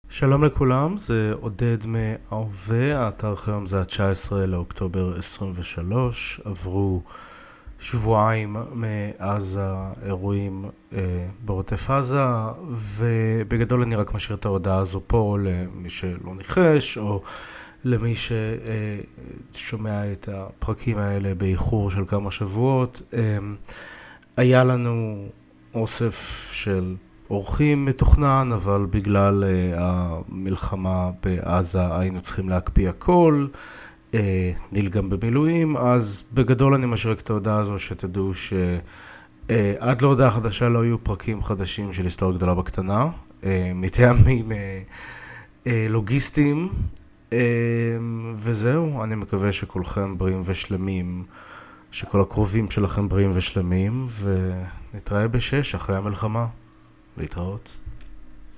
שלום לכולם, זה עודד מההווה, התאריך היום זה ה-19 לאוקטובר 23, עברו שבועיים מאז האירועים בעוטף עזה, ובגדול אני רק משאיר את ההודעה הזו פה למי שלא ניחש, או למי ששומע את הפרקים האלה באיחור של כמה שבועות. היה לנו אוסף של אורחים מתוכנן, אבל בגלל המלחמה בעזה היינו צריכים להקפיא הכל, ניל גם במילואים, אז בגדול אני משאיר את ההודעה הזו שתדעו שעד להודעה חדשה לא יהיו פרקים חדשים של היסטוריה גדולה בקטנה, מטעמים לוגיסטיים, וזהו, אני מקווה שכולכם בריאים ושלמים, שכל הקרובים שלכם בריאים ושלמים, ונתראה בשש אחרי המלחמה. להתראות.